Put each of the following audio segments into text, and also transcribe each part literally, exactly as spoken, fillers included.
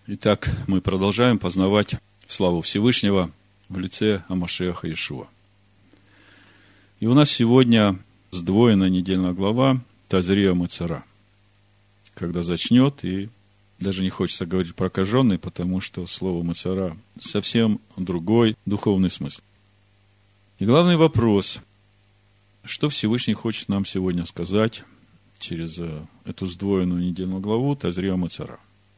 Итак, мы продолжаем познавать славу Всевышнего в лице ха-Машиаха Иешуа. И у нас сегодня сдвоенная недельная глава Тазрия Мецара. Когда зачнет, и даже не хочется говорить прокаженный, потому что слово Мецара совсем другой духовный смысл. И главный вопрос, что Всевышний хочет нам сегодня сказать через эту сдвоенную недельную главу Тазрия Мецара.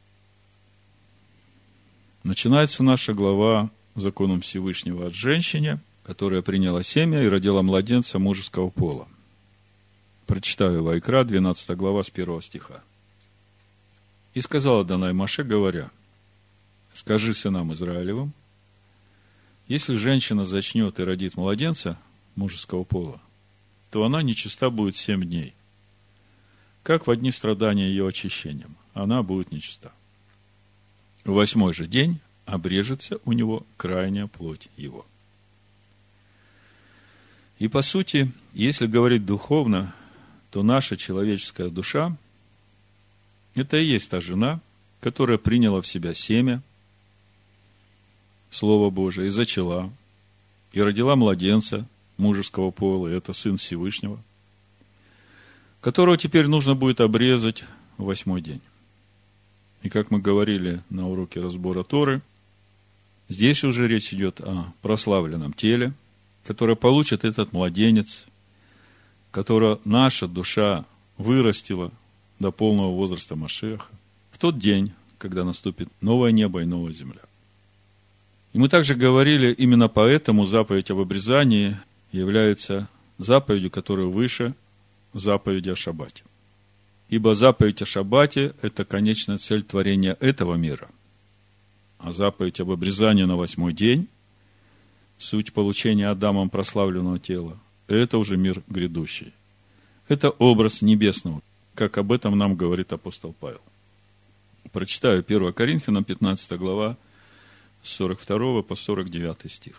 Начинается наша глава законом Всевышнего от женщине, которая приняла семя и родила младенца мужеского пола. Прочитаю Вайкра, двенадцатая глава, с первого стиха. «И сказала Адонай Моше, говоря: скажи сынам Израилевым, если женщина зачнет и родит младенца мужеского пола, то она нечиста будет семь дней. Как в дни страдания ее очищением, она будет нечиста. В восьмой же день обрежется у него крайняя плоть его». И по сути, если говорить духовно, то наша человеческая душа – это и есть та жена, которая приняла в себя семя, Слово Божие, и зачала, и родила младенца мужеского пола, и это Сын Всевышнего, которого теперь нужно будет обрезать в восьмой день. И как мы говорили на уроке разбора Торы, здесь уже речь идет о прославленном теле, которое получит этот младенец, которого наша душа вырастила до полного возраста Машиаха в тот день, когда наступит новое небо и новая земля. И мы также говорили, именно поэтому заповедь об обрезании является заповедью, которая выше заповеди о Шаббате. Ибо заповедь о Шаббате – это конечная цель творения этого мира. А заповедь об обрезании на восьмой день, суть получения Адамом прославленного тела, это уже мир грядущий. Это образ небесного, как об этом нам говорит апостол Павел. Прочитаю первое Коринфянам, пятнадцатая глава, с сорок второго по сорок девятый стих.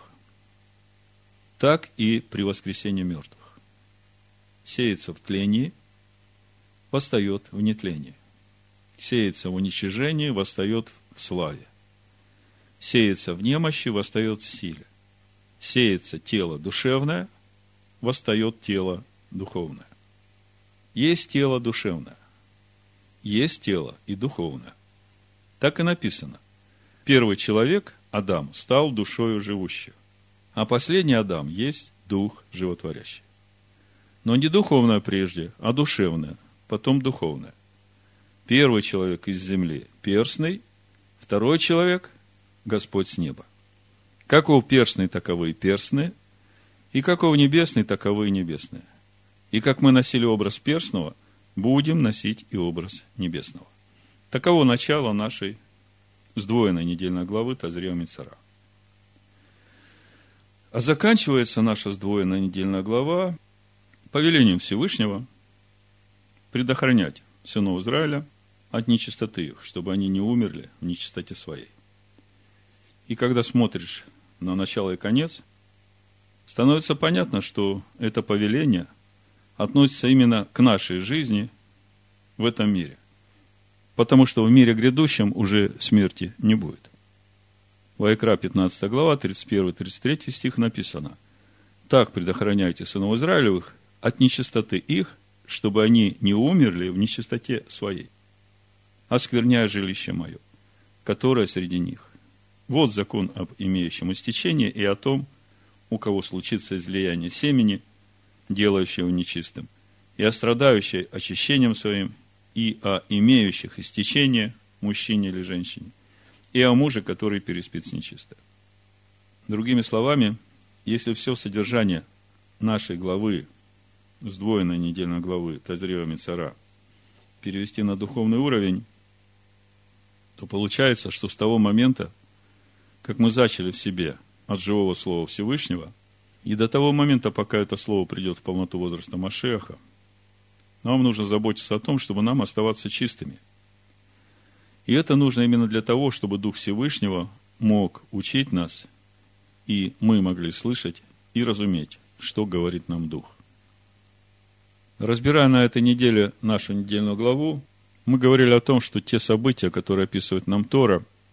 «Так и при воскресении мертвых. Сеется в тлении, восстает в нетлении. Сеется в уничижении, восстает в славе. Сеется в немощи, восстает в силе. Сеется тело душевное, восстает тело духовное. Есть тело душевное, есть тело и духовное. Так и написано. Первый человек, Адам, стал душою живущей, а последний Адам есть дух животворящий. Но не духовное прежде, а душевное, потом духовное. Первый человек из земли перстный, второй человек Господь с неба. Каков перстный, таковы и перстные, и каков небесный, таковы и небесные. И как мы носили образ перстного, будем носить и образ небесного. Таково начало нашей сдвоенной недельной главы Тазрия Мецара. А заканчивается наша сдвоенная недельная глава повелением Всевышнего предохранять сынов Израиля от нечистоты их, чтобы они не умерли в нечистоте своей. И когда смотришь на начало и конец, становится понятно, что это повеление относится именно к нашей жизни в этом мире. Потому что в мире грядущем уже смерти не будет. Вайкра, пятнадцатая глава, тридцать первый тридцать третий стих написано: «Так предохраняйте сынов Израилевых от нечистоты их, чтобы они не умерли в нечистоте своей, оскверняя жилище мое, которое среди них. Вот закон об имеющем истечении и о том, у кого случится излияние семени, делающего нечистым, и о страдающей очищением своим, и о имеющих истечение, мужчине или женщине, и о муже, который переспит с нечистой». Другими словами, если все содержание нашей главы, сдвоенной недельной главы Тазрия Мецара, перевести на духовный уровень, то получается, что с того момента, как мы зачали в себе от живого Слова Всевышнего, и до того момента, пока это Слово придет в полноту возраста Машиаха, нам нужно заботиться о том, чтобы нам оставаться чистыми. И это нужно именно для того, чтобы Дух Всевышнего мог учить нас, и мы могли слышать и разуметь, что говорит нам Дух. Разбирая на этой неделе нашу недельную главу, мы говорили о том, что те события, которые описывает нам Тора,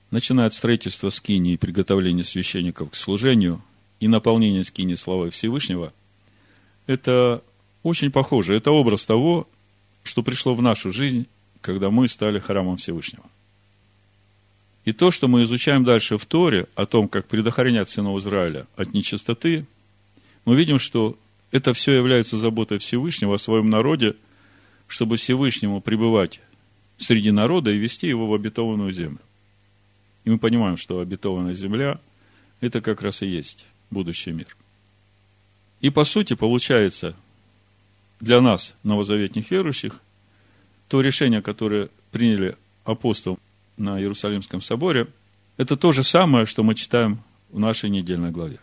начиная от строительства скинии и приготовления священников к служению и наполнения скинии славой Всевышнего, это очень похоже. Это образ того, что пришло в нашу жизнь, когда мы стали храмом Всевышнего. И то, что мы изучаем дальше в Торе, о том, как предохранять сынов Израиля от нечистоты, мы видим, что это все является заботой Всевышнего о своем народе, чтобы Всевышнему пребывать среди народа и вести его в обетованную землю. И мы понимаем, что обетованная земля – это как раз и есть будущий мир. И по сути получается для нас, новозаветных верующих, то решение, которое приняли апостолы на Иерусалимском соборе, это то же самое, что мы читаем в нашей недельной главе.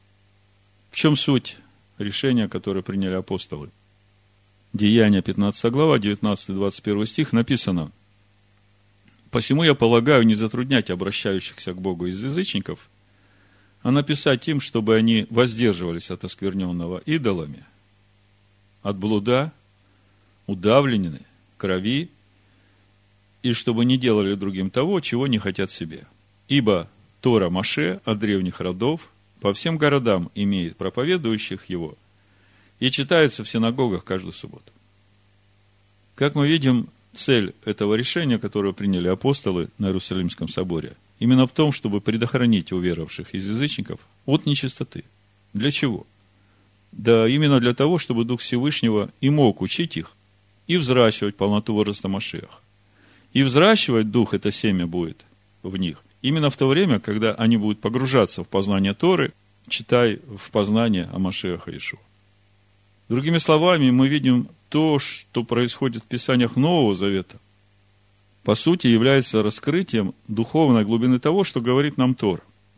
В чем суть решения, которое приняли апостолы? Деяния, пятнадцатая глава, девятнадцатый-двадцать первый стих написано: «Посему я полагаю не затруднять обращающихся к Богу из язычников, а написать им, чтобы они воздерживались от оскверненного идолами, от блуда, удавленины, крови, и чтобы не делали другим того, чего не хотят себе. Ибо Тора Моше от древних родов по всем городам имеет проповедующих его и читается в синагогах каждую субботу». Как мы видим, цель этого решения, которое приняли апостолы на Иерусалимском соборе, именно в том, чтобы предохранить уверовавших из язычников от нечистоты. Для чего? Да именно для того, чтобы Дух Всевышнего и мог учить их и взращивать полноту возраста Машиаха. И взращивать Дух, это семя будет в них, именно в то время, когда они будут погружаться в познание Торы, читай в познание о Машиахе Иешуа. Другими словами, мы видим то, что происходит в Писаниях Нового Завета, по сути, является раскрытием духовной глубины того, что говорит нам Тора.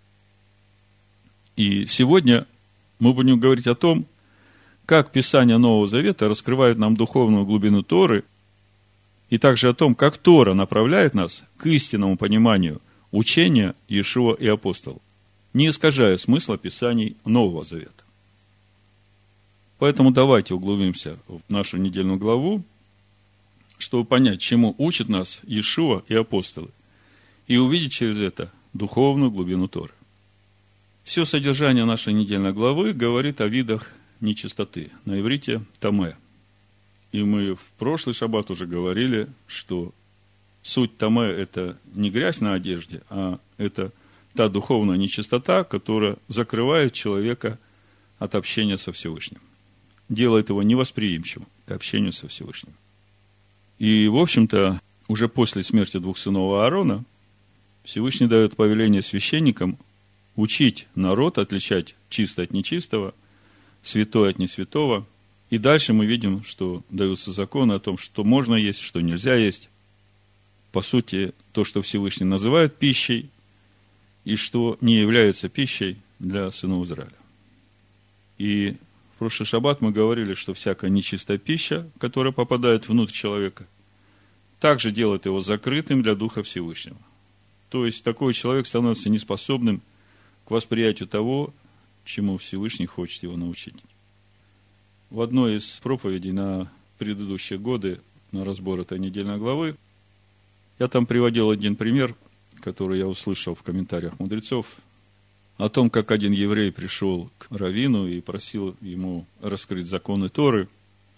И сегодня мы будем говорить о том, как Писание Нового Завета раскрывает нам духовную глубину Торы, и также о том, как Тора направляет нас к истинному пониманию учения Иешуа и апостолов, не искажая смысла Писаний Нового Завета. Поэтому давайте углубимся в нашу недельную главу, чтобы понять, чему учат нас Иешуа и апостолы, и увидеть через это духовную глубину Торы. Все содержание нашей недельной главы говорит о видах нечистоты, на иврите тамэ. И мы в прошлый шаббат уже говорили, что суть тамэ – это не грязь на одежде, а это та духовная нечистота, которая закрывает человека от общения со Всевышним, делает его невосприимчивым к общению со Всевышним. И, в общем-то, уже после смерти двух сынов Аарона Всевышний дает повеление священникам учить народ отличать чистое от нечистого, святое от несвятого. И дальше мы видим, что даются законы о том, что можно есть, что нельзя есть. По сути, то, что Всевышний называет пищей, и что не является пищей для сынов Израиля. И в прошлый шаббат мы говорили, что всякая нечистая пища, которая попадает внутрь человека, также делает его закрытым для Духа Всевышнего. То есть, такой человек становится неспособным к восприятию того, чему Всевышний хочет его научить. В одной из проповедей на предыдущие годы, на разбор этой недельной главы, я там приводил один пример, который я услышал в комментариях мудрецов, о том, как один еврей пришел к раввину и просил ему раскрыть законы Торы.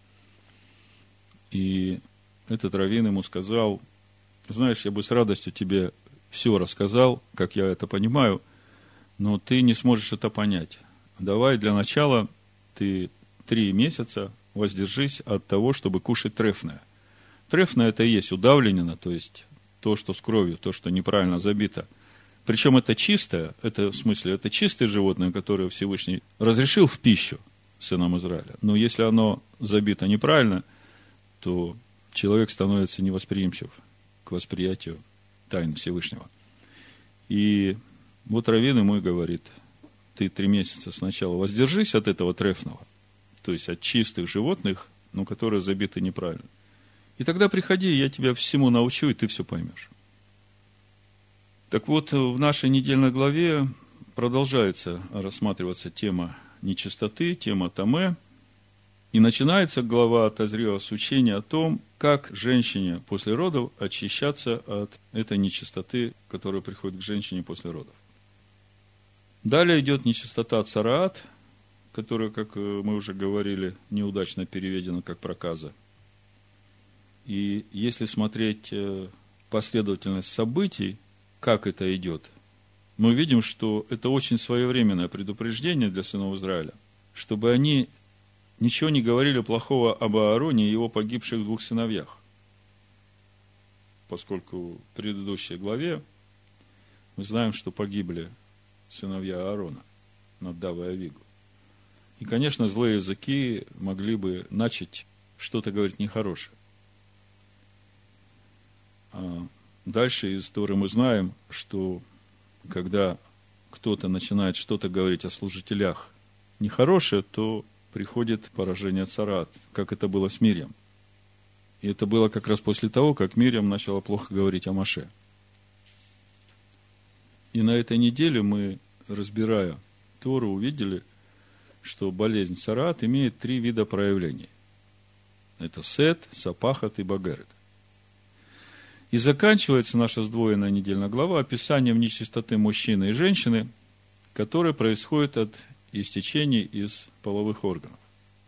И этот раввин ему сказал: знаешь, я бы с радостью тебе все рассказал, как я это понимаю, но ты не сможешь это понять. Давай для начала ты три месяца воздержись от того, чтобы кушать трефное. Трефное – это и есть удавленина, то есть то, что с кровью, то, что неправильно забито. Причем это чистое, это в смысле, это чистое животное, которое Всевышний разрешил в пищу сынам Израиля. Но если оно забито неправильно, то человек становится невосприимчив к восприятию тайн Всевышнего. И вот раввин ему и говорит: ты три месяца сначала воздержись от этого трефного, то есть от чистых животных, но которые забиты неправильно. И тогда приходи, я тебя всему научу, и ты все поймешь. Так вот, в нашей недельной главе продолжается рассматриваться тема нечистоты, тема тамэ. И начинается глава Тазрио с учения о том, как женщине после родов очищаться от этой нечистоты, которая приходит к женщине после родов. Далее идет нечистота цараат, которая, как мы уже говорили, неудачно переведена как проказа. И если смотреть последовательность событий, как это идет, мы видим, что это очень своевременное предупреждение для сынов Израиля, чтобы они ничего не говорили плохого об Аароне и его погибших двух сыновьях. Поскольку в предыдущей главе мы знаем, что погибли сыновья Аарона, Надав и Авигу. И, конечно, злые языки могли бы начать что-то говорить нехорошее. А дальше из Торы мы знаем, что когда кто-то начинает что-то говорить о служителях нехорошее, то приходит поражение цараат, как это было с Мирьям. И это было как раз после того, как Мирьям начала плохо говорить о Моше. И на этой неделе мы, разбирая Тору, увидели, что болезнь цараат имеет три вида проявлений. Это сет, сапахат и багерет. И заканчивается наша сдвоенная недельная глава описанием нечистоты мужчины и женщины, которая происходит от истечений из половых органов.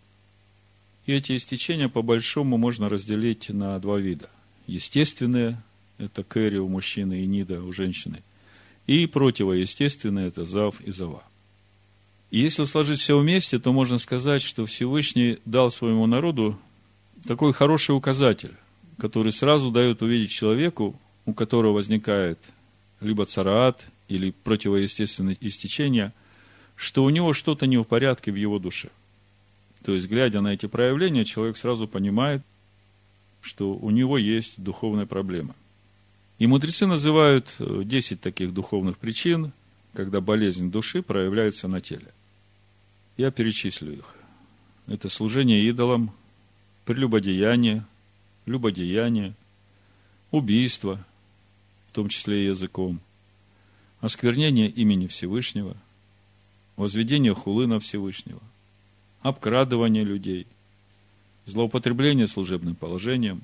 И эти истечения по-большому можно разделить на два вида. Естественные, это кэри у мужчины и нида у женщины, и противоестественные, это зав и зава. И если сложить все вместе, то можно сказать, что Всевышний дал своему народу такой хороший указатель, который сразу дает увидеть человеку, у которого возникает либо цараат, или противоестественное истечение, что у него что-то не в порядке в его душе. То есть, глядя на эти проявления, человек сразу понимает, что у него есть духовная проблема. И мудрецы называют десять таких духовных причин, когда болезнь души проявляется на теле. Я перечислю их. Это служение идолам, прелюбодеяние, любодеяние, убийство, в том числе и языком, осквернение имени Всевышнего, возведение хулы на Всевышнего, обкрадывание людей, злоупотребление служебным положением,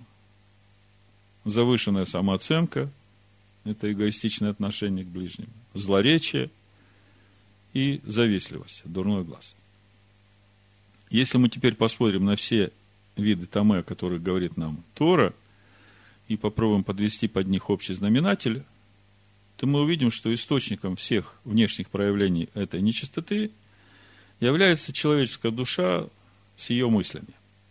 завышенная самооценка, это эгоистичное отношение к ближним, злоречие и завистливость, дурной глаз. Если мы теперь посмотрим на все виды тамэ, о которых говорит нам Тора, и попробуем подвести под них общий знаменатель, то мы увидим, что источником всех внешних проявлений этой нечистоты является человеческая душа с ее мыслями.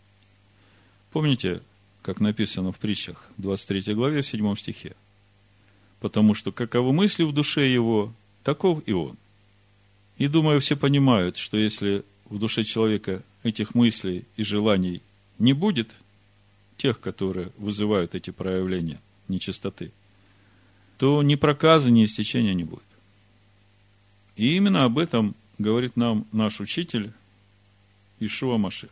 Помните, как написано в притчах двадцать третьей главе, в седьмом стихе? Потому что каковы мысли в душе его, таков и он. И, думаю, все понимают, что если в душе человека этих мыслей и желаний не будет, тех, которые вызывают эти проявления нечистоты, то ни проказа, ни истечения не будет. И именно об этом говорит нам наш учитель Иешуа Машиах.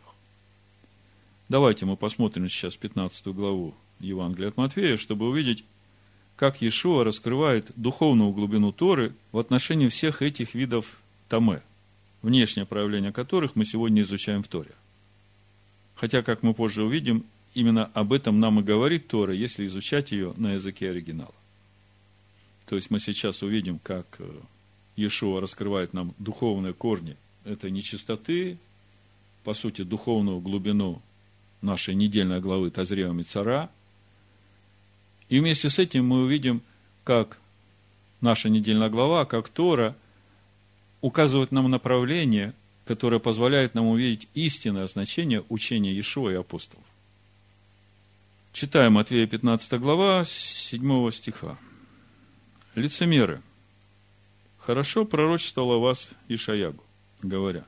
Давайте мы посмотрим сейчас пятнадцатую главу Евангелия от Матфея, чтобы увидеть, как Иешуа раскрывает духовную глубину Торы в отношении всех этих видов тамэ, внешнее проявление которых мы сегодня изучаем в Торе. Хотя, как мы позже увидим, именно об этом нам и говорит Тора, если изучать ее на языке оригинала. То есть мы сейчас увидим, как Иешуа раскрывает нам духовные корни этой нечистоты, по сути, духовную глубину нашей недельной главы Тазрио Мицара. И вместе с этим мы увидим, как наша недельная глава, как Тора, указывает нам направление, которое позволяет нам увидеть истинное значение учения Иешуа и апостолов. Читаем Матфея пятнадцатая глава, седьмого стиха. Лицемеры, хорошо пророчествовал о вас Ишаягу, говоря: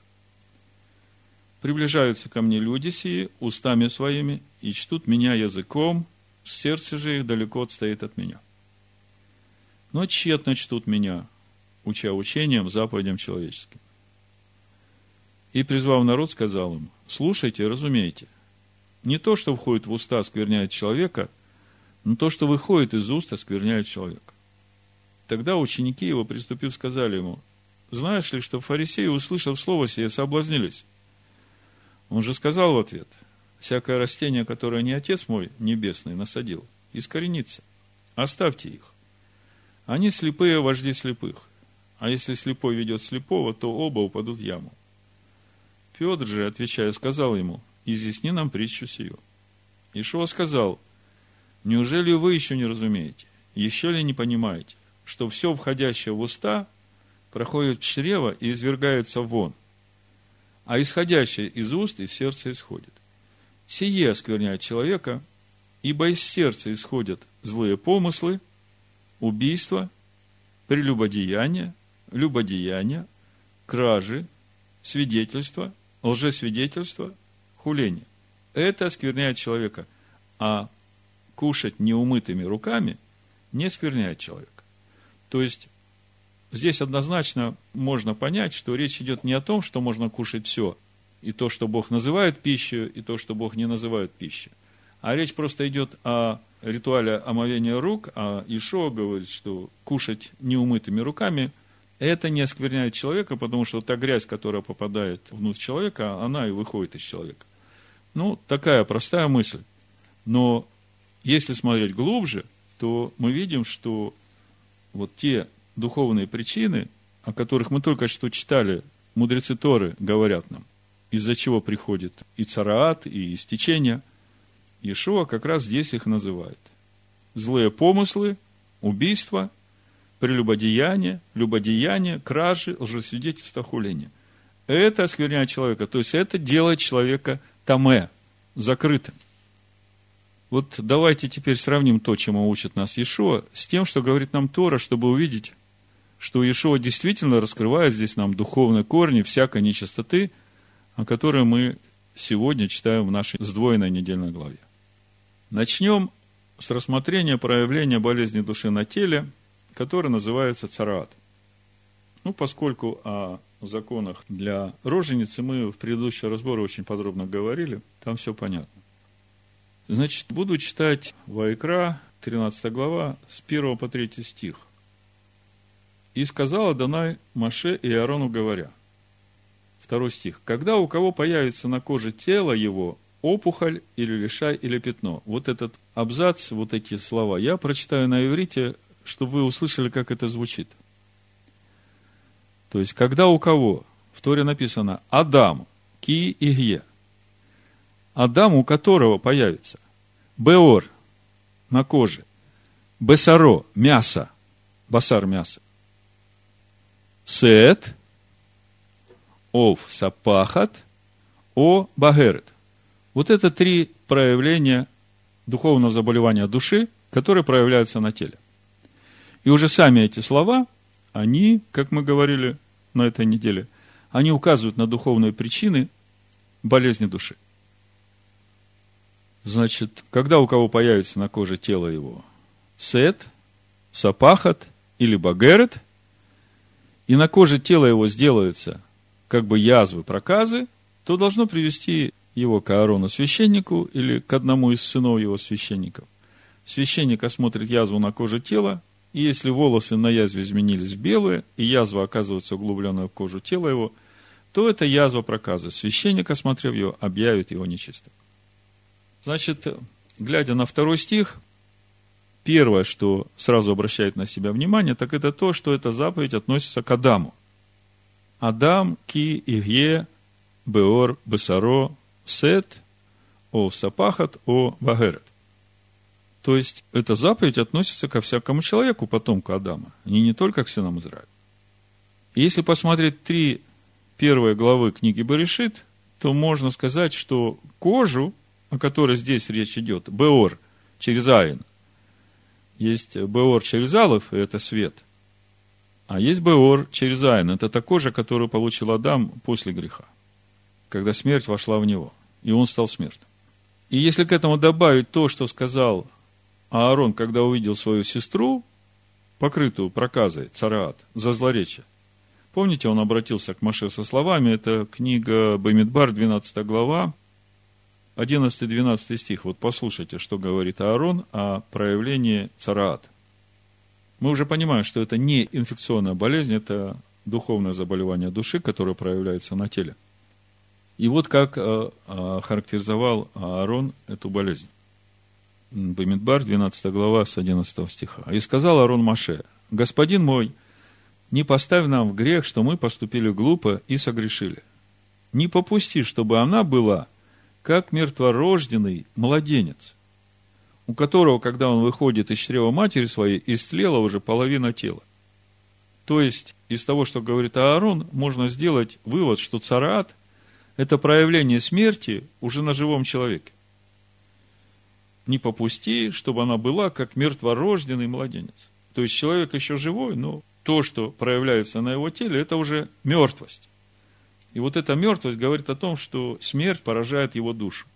приближаются ко мне люди сии устами своими и чтут меня языком, сердце же их далеко отстоит от меня. Но тщетно чтут меня, уча учением, заповедям человеческим. И, призвав народ, сказал им: слушайте и разумейте, не то, что входит в уста, оскверняет человека, но то, что выходит из уст, оскверняет человека. Тогда ученики его, приступив, сказали ему: знаешь ли, что фарисеи, услышав слово сие, соблазнились? Он же сказал в ответ: всякое растение, которое не Отец мой Небесный насадил, искоренится. Оставьте их. Они слепые вожди слепых. А если слепой ведет слепого, то оба упадут в яму. Петр же, отвечая, сказал ему: изъясни нам притчу сию. Иешуа сказал: неужели вы еще не разумеете, еще ли не понимаете, что все входящее в уста проходит в чрево и извергается вон, а исходящее из уст из сердца исходит? Сие оскверняет человека, ибо из сердца исходят злые помыслы, убийства, прелюбодеяния, любодеяния, кражи, свидетельства, лжесвидетельства, хуления. Это оскверняет человека, а кушать неумытыми руками не оскверняет человека. То есть, здесь однозначно можно понять, что речь идет не о том, что можно кушать все, и то, что Бог называет пищей, и то, что Бог не называет пищей. А речь просто идет о ритуале омовения рук, а Иешуа говорит, что кушать неумытыми руками – это не оскверняет человека, потому что та грязь, которая попадает внутрь человека, она и выходит из человека. Ну, такая простая мысль. Но если смотреть глубже, то мы видим, что вот те духовные причины, о которых мы только что читали, мудрецы Торы говорят нам, из-за чего приходит и цараат, и истечение, Иешуа как раз здесь их называет. Злые помыслы, убийства, прелюбодеяние, любодеяние, кражи, лжесвидетельство, хуление. Это оскверняет человека. То есть, это делает человека тамэ, закрытым. Вот давайте теперь сравним то, чему учит нас Иешуа, с тем, что говорит нам Тора, чтобы увидеть, что Иешуа действительно раскрывает здесь нам духовные корни всякой нечистоты, о которой мы сегодня читаем в нашей сдвоенной недельной главе. Начнем с рассмотрения проявления болезни души на теле, который называется цараат. Ну, поскольку о законах для роженицы мы в предыдущем разборе очень подробно говорили, там все понятно. Значит, буду читать Ваикра, тринадцатая глава, с первого по третий стих. «И сказал Адонай Моше и Аарону, говоря», второй стих, «когда у кого появится на коже тела его опухоль или лишай или пятно». Вот этот абзац, вот эти слова я прочитаю на иврите, чтобы вы услышали, как это звучит. То есть, когда у кого, в Торе написано Адам, Ки и Гье, Адам, у которого появится Беор на коже, Бесаро, мясо, басар, мясо, Сет, Ов, Сапахат, О, Багерет. Вот это три проявления духовного заболевания души, которые проявляются на теле. И уже сами эти слова, они, как мы говорили на этой неделе, они указывают на духовные причины болезни души. Значит, когда у кого появится на коже тело его сет, сапахат или багерет, и на коже тела его сделаются как бы язвы, проказы, то должно привести его к Аарону священнику или к одному из сынов его священников. Священник осмотрит язву на коже тела, и если волосы на язве изменились в белые, и язва оказывается углубленной в кожу тела его, то это язва проказа. Священник, осмотрев ее, объявит его нечистым. Значит, глядя на второй стих, первое, что сразу обращает на себя внимание, так это то, что эта заповедь относится к Адаму. Адам, Ки, Игье, Беор, Бесаро, Сет, О, Сапахат, О, Багерет. То есть, эта заповедь относится ко всякому человеку, потомку Адама, и не только к сынам Израиля. И если посмотреть три первые главы книги Берешит, то можно сказать, что кожу, о которой здесь речь идет, Беор через Аин, есть Беор через Алеф, и это свет, а есть Беор через Аин, это та кожа, которую получил Адам после греха, когда смерть вошла в него, и он стал смертным. И если к этому добавить то, что сказал Аарон, когда увидел свою сестру, покрытую проказой, цараат, за злоречие. Помните, он обратился к Моше со словами, это книга Бамидбар, двенадцатая глава, одиннадцатый-двенадцатый стих. Вот послушайте, что говорит Аарон о проявлении цараат. Мы уже понимаем, что это не инфекционная болезнь, это духовное заболевание души, которое проявляется на теле. И вот как а, а, характеризовал Аарон эту болезнь. Бамидбар, двенадцатая глава, с одиннадцатого стиха. «И сказал Аарон Моше: Господин мой, не поставь нам в грех, что мы поступили глупо и согрешили. Не попусти, чтобы она была, как мертворожденный младенец, у которого, когда он выходит из чрева матери своей, истлела уже половина тела». То есть, из того, что говорит Аарон, можно сделать вывод, что цараат – это проявление смерти уже на живом человеке. Не попусти, чтобы она была, как мертворожденный младенец. То есть, человек еще живой, но то, что проявляется на его теле, это уже мертвость. И вот эта мертвость говорит о том, что смерть поражает его душу.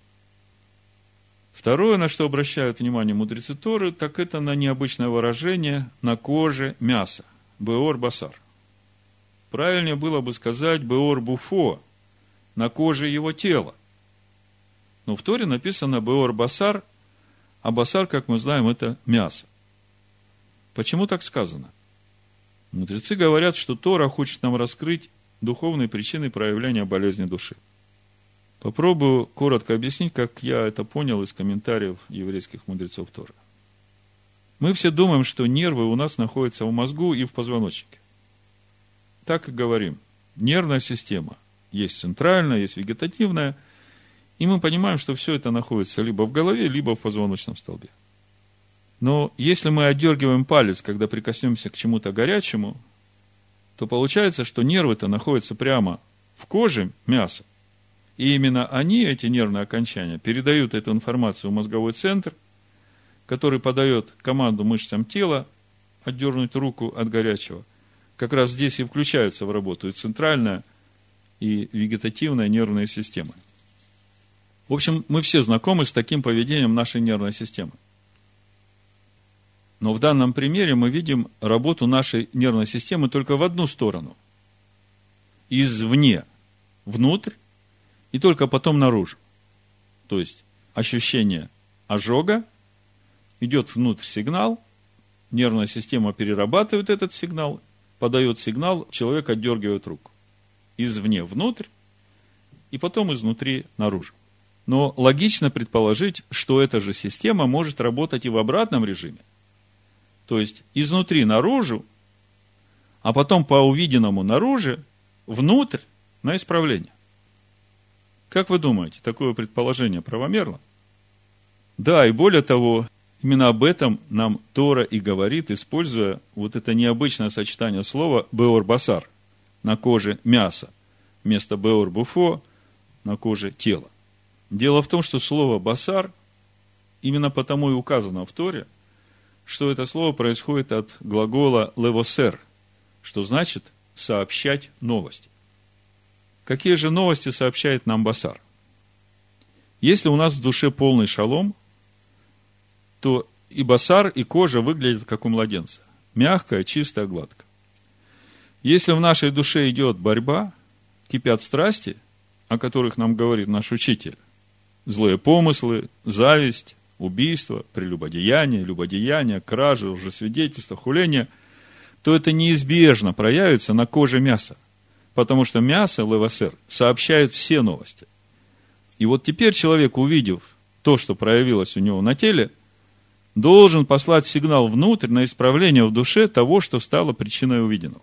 Второе, на что обращают внимание мудрецы Торы, так это на необычное выражение «на коже мяса» – «беор басар». Правильнее было бы сказать «беор буфо» – «на коже его тела». Но в Торе написано «беор басар», а басар, как мы знаем, это мясо. Почему так сказано? Мудрецы говорят, что Тора хочет нам раскрыть духовные причины проявления болезни души. Попробую коротко объяснить, как я это понял из комментариев еврейских мудрецов Торы. Мы все думаем, что нервы у нас находятся в мозгу и в позвоночнике. Так и говорим. Нервная система. Есть центральная, есть вегетативная. И мы понимаем, что все это находится либо в голове, либо в позвоночном столбе. Но если мы отдергиваем палец, когда прикоснемся к чему-то горячему, то получается, что нервы-то находятся прямо в коже мяса. И именно они, эти нервные окончания, передают эту информацию в мозговой центр, который подает команду мышцам тела отдернуть руку от горячего. Как раз здесь и включаются в работу и центральная, и вегетативная нервные системы. В общем, мы все знакомы с таким поведением нашей нервной системы. Но в данном примере мы видим работу нашей нервной системы только в одну сторону. Извне, внутрь, и только потом наружу. То есть, ощущение ожога, идет внутрь сигнал, нервная система перерабатывает этот сигнал, подает сигнал, человек отдергивает руку. Извне внутрь, и потом изнутри наружу. Но логично предположить, что эта же система может работать и в обратном режиме. То есть, изнутри наружу, а потом по увиденному наружу, внутрь, на исправление. Как вы думаете, такое предположение правомерно? Да, и более того, именно об этом нам Тора и говорит, используя вот это необычное сочетание слова «беор басар» – на коже мяса, вместо «беор буфо» – на коже тела. Дело в том, что слово «басар» именно потому и указано в Торе, что это слово происходит от глагола «левосер», что значит «сообщать новости». Какие же новости сообщает нам басар? Если у нас в душе полный шалом, то и басар, и кожа выглядят как у младенца. Мягкая, чистая, гладкая. Если в нашей душе идет борьба, кипят страсти, о которых нам говорит наш учитель, злые помыслы, зависть, убийство, прелюбодеяние, любодеяние, кражи, лжесвидетельство, хуление, то это неизбежно проявится на коже мяса. Потому что мясо, левосер, сообщает все новости. И вот теперь человек, увидев то, что проявилось у него на теле, должен послать сигнал внутрь на исправление в душе того, что стало причиной увиденного.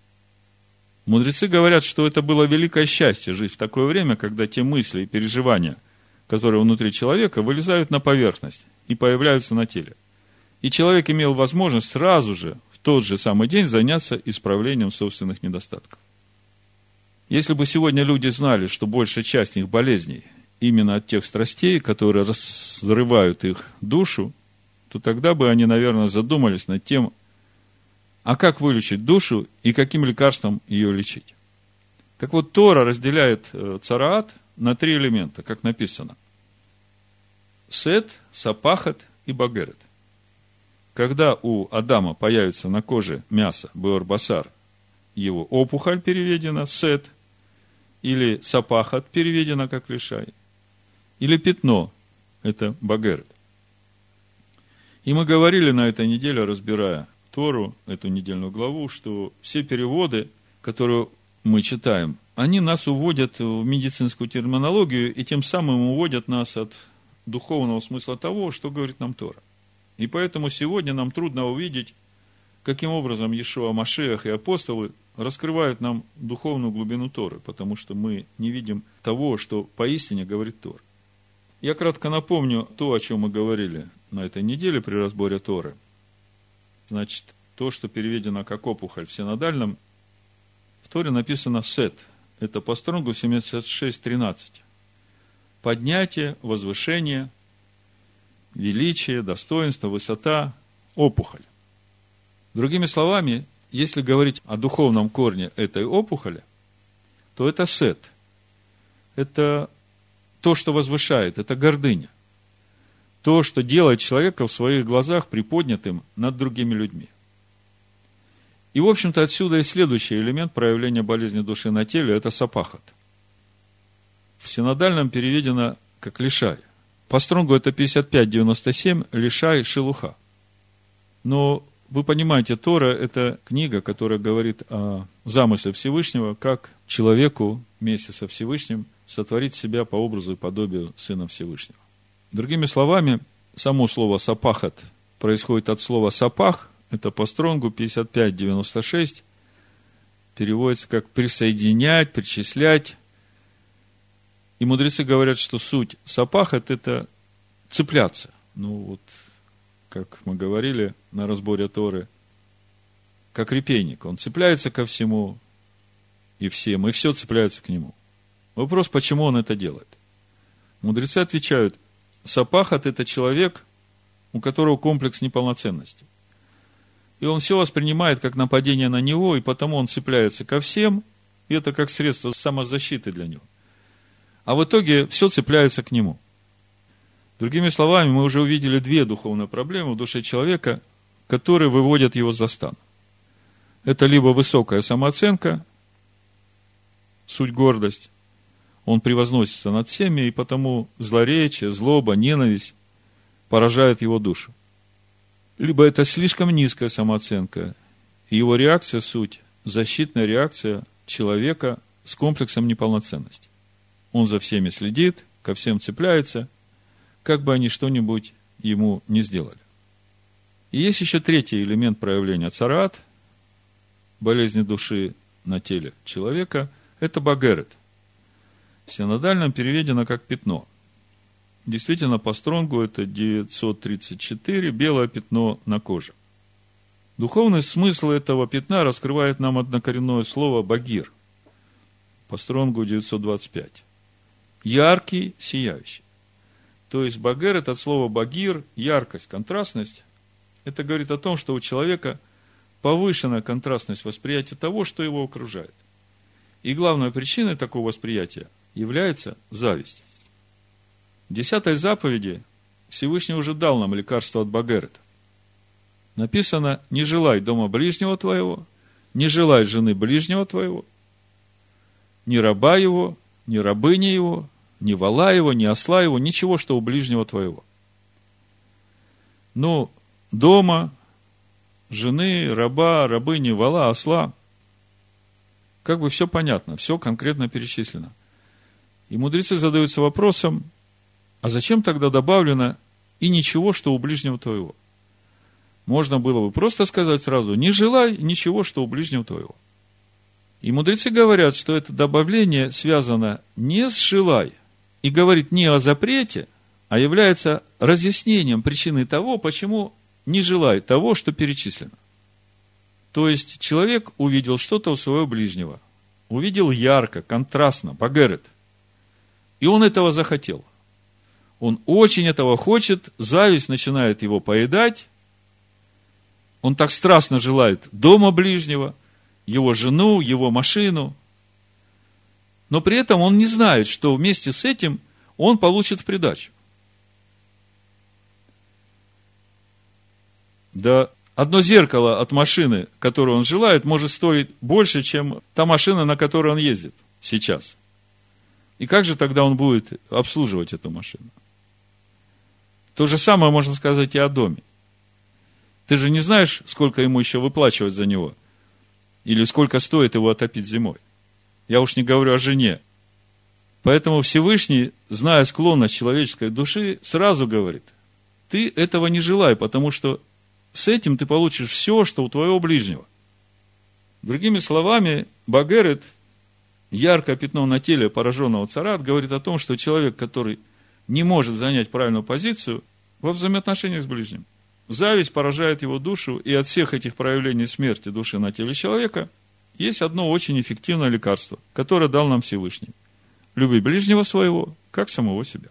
Мудрецы говорят, что это было великое счастье жить в такое время, когда те мысли и переживания, которые внутри человека, вылезают на поверхность и появляются на теле. И человек имел возможность сразу же, в тот же самый день, заняться исправлением собственных недостатков. Если бы сегодня люди знали, что большая часть их болезней именно от тех страстей, которые разрывают их душу, то тогда бы они, наверное, задумались над тем, а как вылечить душу и каким лекарством ее лечить. Так вот, Тора разделяет цараат на три элемента, как написано. Сет, сапахат и багерет. Когда у Адама появится на коже мясо, беор басар, его опухоль переведена, сет, или сапахат переведена как лишай, или пятно, это багерет. И мы говорили на этой неделе, разбирая Тору, эту недельную главу, что все переводы, которые мы читаем, они нас уводят в медицинскую терминологию и тем самым уводят нас от духовного смысла того, что говорит нам Тора. И поэтому сегодня нам трудно увидеть, каким образом Иешуа Машиах и апостолы раскрывают нам духовную глубину Торы, потому что мы не видим того, что поистине говорит Тора. Я кратко напомню то, о чем мы говорили на этой неделе при разборе Торы. Значит, то, что переведено как опухоль в синодальном, в Торе написано «сет». Это по Стронгу семьдесят шесть тринадцать. Поднятие, возвышение, величие, достоинство, высота, опухоль. Другими словами, если говорить о духовном корне этой опухоли, то это сет. Это то, что возвышает, это гордыня. То, что делает человека в своих глазах приподнятым над другими людьми. И, в общем-то, отсюда и следующий элемент проявления болезни души на теле – это сапахат. В синодальном переведено как лишай. По Стронгу это пятьдесят пять девяносто семь, лишай шелуха. Но вы понимаете, Тора – это книга, которая говорит о замысле Всевышнего, как человеку вместе со Всевышним сотворить себя по образу и подобию Сына Всевышнего. Другими словами, само слово «сапахат» происходит от слова «сапах», это по Стронгу пятьдесят пять девяносто шесть, переводится как «присоединять», «причислять». И мудрецы говорят, что суть сапахат – это цепляться. Ну вот, как мы говорили на разборе Торы, как репейник. Он цепляется ко всему и всем, и все цепляется к нему. Вопрос, почему он это делает? Мудрецы отвечают, сапахат – это человек, у которого комплекс неполноценности. И он все воспринимает как нападение на него, и потому он цепляется ко всем, и это как средство самозащиты для него. А в итоге все цепляется к нему. Другими словами, мы уже увидели две духовные проблемы в душе человека, которые выводят его за стан. Это либо высокая самооценка, суть гордость, он превозносится над всеми, и потому злоречие, злоба, ненависть поражают его душу. Либо это слишком низкая самооценка, и его реакция – суть, защитная реакция человека с комплексом неполноценности. Он за всеми следит, ко всем цепляется, как бы они что-нибудь ему не сделали. И есть еще третий элемент проявления цараат, болезни души на теле человека – это багерет. В синодальном переведено как пятно. Действительно, по Стронгу это девятьсот тридцать четыре, белое пятно на коже. Духовный смысл этого пятна раскрывает нам однокоренное слово «багир». По Стронгу девятьсот двадцать пять. Яркий, сияющий. То есть, багер – это от слова багир, яркость, контрастность. Это говорит о том, что у человека повышенная контрастность восприятия того, что его окружает. И главной причиной такого восприятия является зависть. В десятой заповеди Всевышний уже дал нам лекарство от багерета. Написано: не желай дома ближнего твоего, не желай жены ближнего твоего, ни раба его, ни рабыни его, ни вола его, ни осла его, ничего, что у ближнего твоего. Но дома, жены, раба, рабыни, вола, осла, как бы все понятно, все конкретно перечислено. И мудрецы задаются вопросом, а зачем тогда добавлено и ничего, что у ближнего твоего? Можно было бы просто сказать сразу: не желай ничего, что у ближнего твоего. И мудрецы говорят, что это добавление связано не с желай, и говорит не о запрете, а является разъяснением причины того, почему не желай того, что перечислено. То есть, человек увидел что-то у своего ближнего, увидел ярко, контрастно, багерет, и он этого захотел. Он очень этого хочет, зависть начинает его поедать, он так страстно желает дома ближнего, его жену, его машину, но при этом он не знает, что вместе с этим он получит в придачу. Да, одно зеркало от машины, которую он желает, может стоить больше, чем та машина, на которой он ездит сейчас. И как же тогда он будет обслуживать эту машину? То же самое можно сказать и о доме. Ты же не знаешь, сколько ему еще выплачивать за него, или сколько стоит его отопить зимой. Я уж не говорю о жене. Поэтому Всевышний, зная склонность человеческой души, сразу говорит: ты этого не желай, потому что с этим ты получишь все, что у твоего ближнего. Другими словами, Багерет, яркое пятно на теле пораженного царат, говорит о том, что человек, который не может занять правильную позицию во взаимоотношениях с ближним, зависть поражает его душу, и от всех этих проявлений смерти души на теле человека есть одно очень эффективное лекарство, которое дал нам Всевышний. Люби ближнего своего, как самого себя.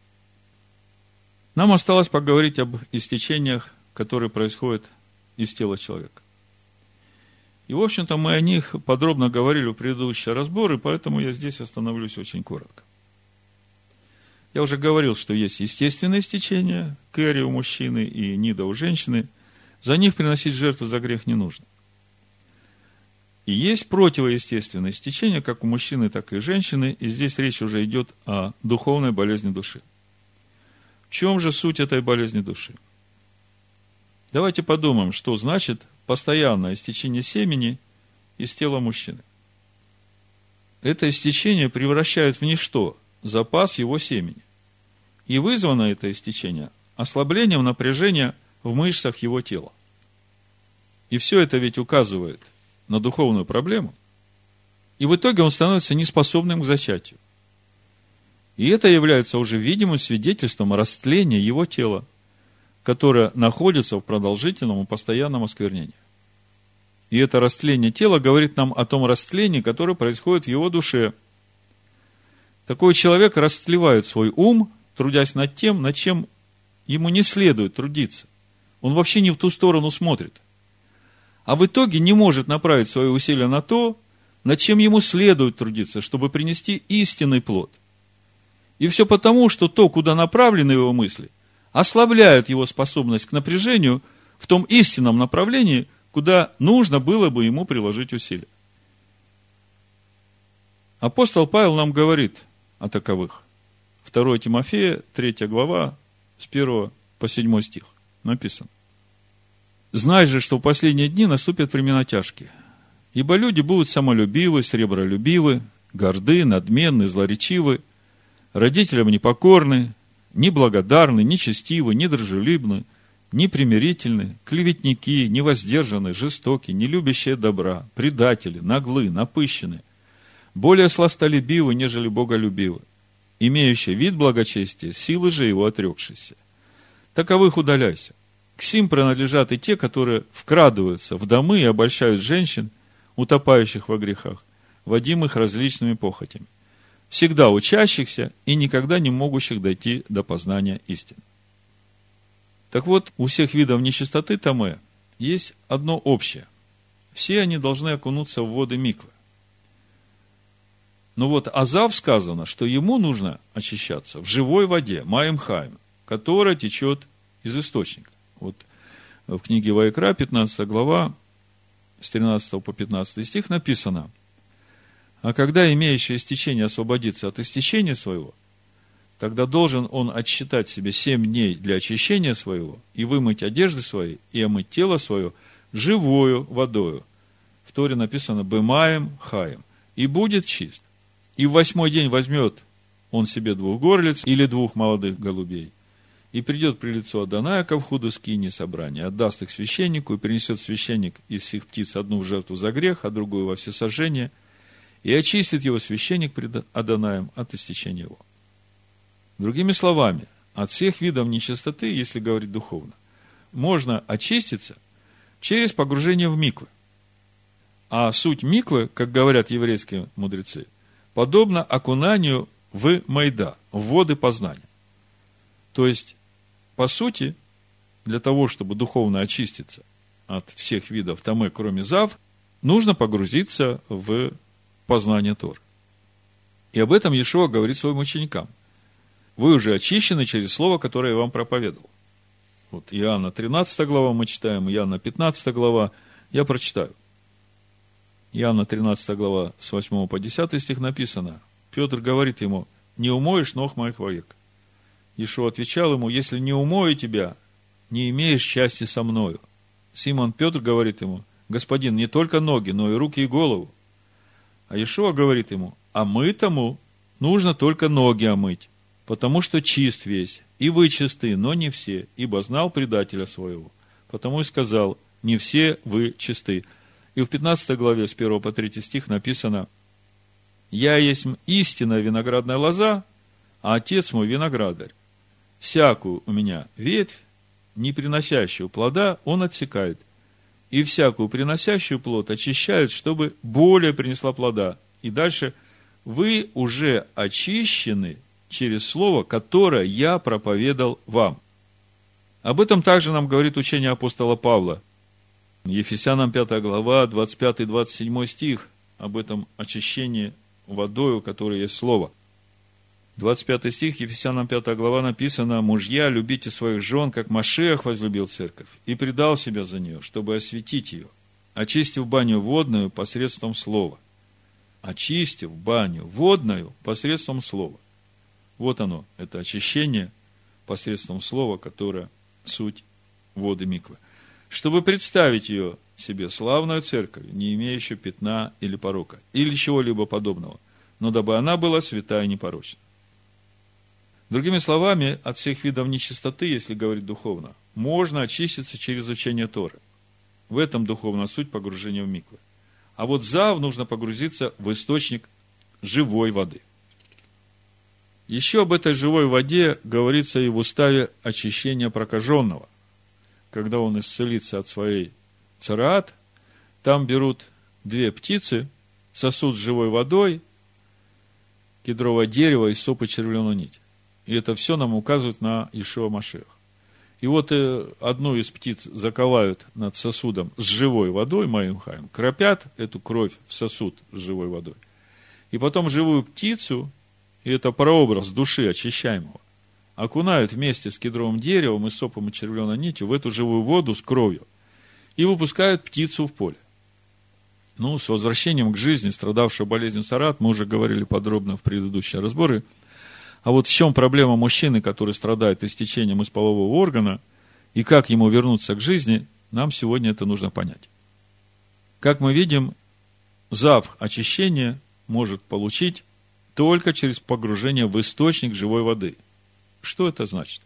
Нам осталось поговорить об истечениях, которые происходят из тела человека. И, в общем-то, мы о них подробно говорили в предыдущие разборы, поэтому я здесь остановлюсь очень коротко. Я уже говорил, что есть естественные истечения, кэри у мужчины и нида у женщины. За них приносить жертву за грех не нужно. И есть противоестественные истечения, как у мужчины, так и у женщины, и здесь речь уже идет о духовной болезни души. В чем же суть этой болезни души? Давайте подумаем, что значит постоянное истечение семени из тела мужчины. Это истечение превращает в ничто запас его семени. И вызвано это истечение ослаблением напряжения в мышцах его тела. И все это ведь указывает на духовную проблему. И в итоге он становится неспособным к зачатию. И это является уже видимым свидетельством растления его тела, которое находится в продолжительном и постоянном осквернении. И это растление тела говорит нам о том растлении, которое происходит в его душе. Такой человек растлевает свой ум, трудясь над тем, над чем ему не следует трудиться. Он вообще не в ту сторону смотрит. А в итоге не может направить свои усилия на то, над чем ему следует трудиться, чтобы принести истинный плод. И все потому, что то, куда направлены его мысли, ослабляют его способность к напряжению в том истинном направлении, куда нужно было бы ему приложить усилия. Апостол Павел нам говорит о таковых. второе Тимофея, третья глава, с первого по седьмой стих написано. «Знай же, что в последние дни наступят времена тяжкие, ибо люди будут самолюбивы, сребролюбивы, горды, надменны, злоречивы, родителям непокорны, неблагодарны, нечестивы, недружелюбны, непримирительны, клеветники, невоздержаны, жестоки, нелюбящие добра, предатели, наглы, напыщены, более сластолюбивы, нежели боголюбивы, имеющие вид благочестия, силы же его отрекшиеся. Таковых удаляйся. К сим принадлежат и те, которые вкрадываются в домы и обольщают женщин, утопающих во грехах, водимых различными похотями, всегда учащихся и никогда не могущих дойти до познания истины». Так вот, у всех видов нечистоты тамэ есть одно общее. Все они должны окунуться в воды миквы. Но вот Азав сказано, что ему нужно очищаться в живой воде, маем хаим, которая течет из источника. Вот в книге Ваикра, пятнадцатая глава, с тринадцатого по пятнадцатый стих написано: «А когда имеющий истечение освободится от истечения своего, тогда должен он отсчитать себе семь дней для очищения своего, и вымыть одежды свои, и омыть тело свое живою водою». В Торе написано «бемаем хаем», и будет чист. И в восьмой день возьмет он себе двух горлиц или двух молодых голубей, и придет при лицу Адоная ко входу скинии собрания, отдаст их священнику, и принесет священник из всех птиц одну в жертву за грех, а другую во всесожжение, и очистит его священник пред Адонаем от истечения его. Другими словами, от всех видов нечистоты, если говорить духовно, можно очиститься через погружение в миквы. А суть миквы, как говорят еврейские мудрецы, подобно окунанию в майда, в воды познания. То есть, по сути, для того, чтобы духовно очиститься от всех видов тамэ, кроме зав, нужно погрузиться в познание Торы. И об этом Иешуа говорит своим ученикам. Вы уже очищены через слово, которое я вам проповедовал. Вот Иоанна тринадцатая глава мы читаем, Иоанна пятнадцатая глава, я прочитаю. Иоанна тринадцатая глава, с восьмого по десятый стих написано. Петр говорит ему: «Не умоешь ног моих вовек». Иешуа отвечал ему: «Если не умою тебя, не имеешь счастья со мною». Симон Петр говорит ему: «Господин, не только ноги, но и руки и голову». А Иешуа говорит ему: а мытому нужно только ноги омыть, потому что чист весь, и вы чисты, но не все, ибо знал предателя своего. Потому и сказал: не все вы чисты. И в пятнадцатой главе с первого по третий стих написано: я есть истинная виноградная лоза, а отец мой виноградарь. Всякую у меня ветвь, не приносящую плода, он отсекает, и всякую приносящую плод очищает, чтобы более принесла плода. И дальше: вы уже очищены через слово, которое я проповедал вам. Об этом также нам говорит учение апостола Павла. Ефесянам пятая глава, двадцать пятый двадцать седьмой стих, об этом очищении водою, которое есть слово. двадцать пятый стих, Ефесянам пятая глава написано: мужья, любите своих жен, как Машиах возлюбил церковь, и предал себя за нее, чтобы осветить ее, очистив баню водную посредством слова. Очистив баню водную посредством слова. Вот оно, это очищение посредством слова, которое суть воды миквы. Чтобы представить ее себе славную церковь, не имеющую пятна или порока, или чего-либо подобного, но дабы она была святая и непорочна. Другими словами, от всех видов нечистоты, если говорить духовно, можно очиститься через учение Торы. В этом духовная суть погружения в миквы. А вот зав нужно погрузиться в источник живой воды. Еще об этой живой воде говорится и в уставе очищения прокаженного. Когда он исцелится от своей цараат, там берут две птицы, сосуд с живой водой, кедровое дерево и соп и червленую нить. И это все нам указывает на Иешуа Машиах. И вот одну из птиц заковают над сосудом с живой водой, моим хаем, кропят эту кровь в сосуд с живой водой. И потом живую птицу, и это прообраз души очищаемого, окунают вместе с кедровым деревом и сопом и червленой нитью в эту живую воду с кровью и выпускают птицу в поле. Ну, с возвращением к жизни страдавшего болезнью цараат мы уже говорили подробно в предыдущие разборы. А вот в чем проблема мужчины, который страдает истечением из полового органа, и как ему вернуться к жизни, нам сегодня это нужно понять. Как мы видим, зав очищения может получить только через погружение в источник живой воды. Что это значит?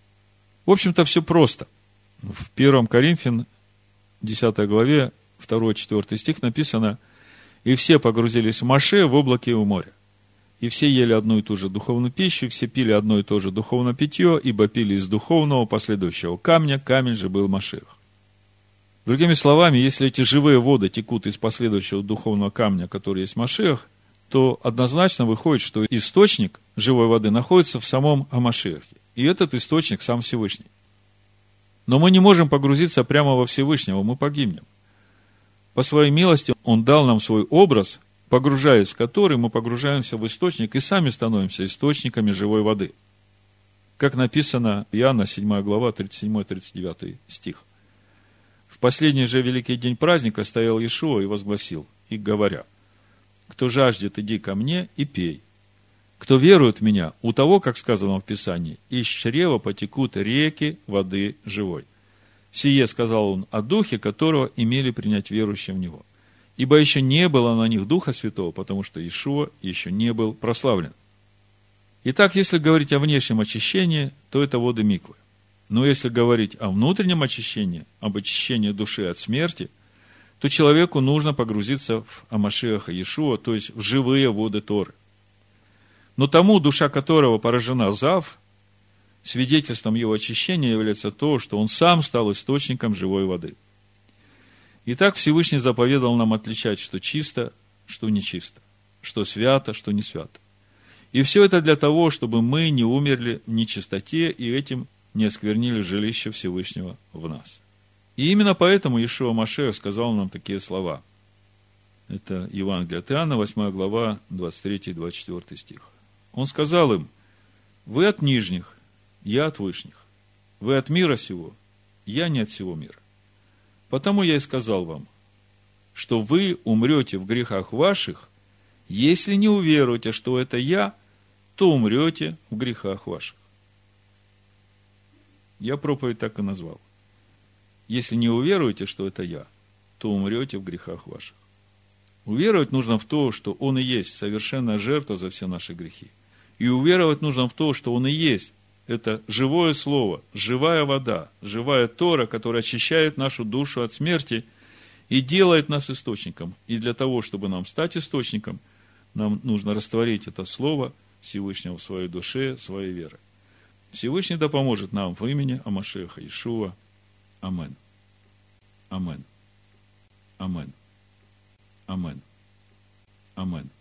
В общем-то, все просто. В первом Коринфян, десятой главе, второй-четвёртый стих написано: «И все погрузились в Моше в облаке и в море. И все ели одну и ту же духовную пищу, и все пили одно и то же духовное питье, ибо пили из духовного последующего камня, камень же был Машиах». Другими словами, если эти живые воды текут из последующего духовного камня, который есть Машиах, то однозначно выходит, что источник живой воды находится в самом Машиахе. И этот источник сам Всевышний. Но мы не можем погрузиться прямо во Всевышнего, мы погибнем. По своей милости Он дал нам свой образ, погружаясь в который, мы погружаемся в источник и сами становимся источниками живой воды. Как написано Иоанна, седьмая глава, тридцать седьмой тридцать девятый стих. «В последний же великий день праздника стоял Иешуа и возгласил, и говоря: кто жаждет, иди ко мне и пей. Кто верует в меня, у того, как сказано в Писании, из чрева потекут реки воды живой. Сие сказал он о Духе, которого имели принять верующие в него. Ибо еще не было на них Духа Святого, потому что Иешуа еще не был прославлен». Итак, если говорить о внешнем очищении, то это воды миквы. Но если говорить о внутреннем очищении, об очищении души от смерти, то человеку нужно погрузиться в Машиаха Иешуа, то есть в живые воды Торы. Но тому, душа которого поражена зав, свидетельством его очищения является то, что он сам стал источником живой воды. Итак, Всевышний заповедал нам отличать, что чисто, что нечисто, что свято, что не свято. И все это для того, чтобы мы не умерли в нечистоте и этим не осквернили жилище Всевышнего в нас. И именно поэтому Иешуа Машиах сказал нам такие слова. Это Евангелие от Иоанна, восьмая глава, двадцать третий двадцать четвёртый стих. Он сказал им: вы от нижних, я от вышних. Вы от мира сего, я не от всего мира. Потому я и сказал вам, что вы умрете в грехах ваших, если не уверуете, что это я, то умрете в грехах ваших. Я проповедь так и назвал. Если не уверуете, что это я, то умрете в грехах ваших. Уверовать нужно в то, что Он и есть совершенная жертва за все наши грехи. И уверовать нужно в то, что Он и есть это живое слово, живая вода, живая Тора, которая очищает нашу душу от смерти и делает нас источником. И для того, чтобы нам стать источником, нам нужно растворить это слово Всевышнего в своей душе, своей верой. Всевышний да поможет нам в имени Амашеха Иешуа. Амен. Амен. Амен. Амен. Амен.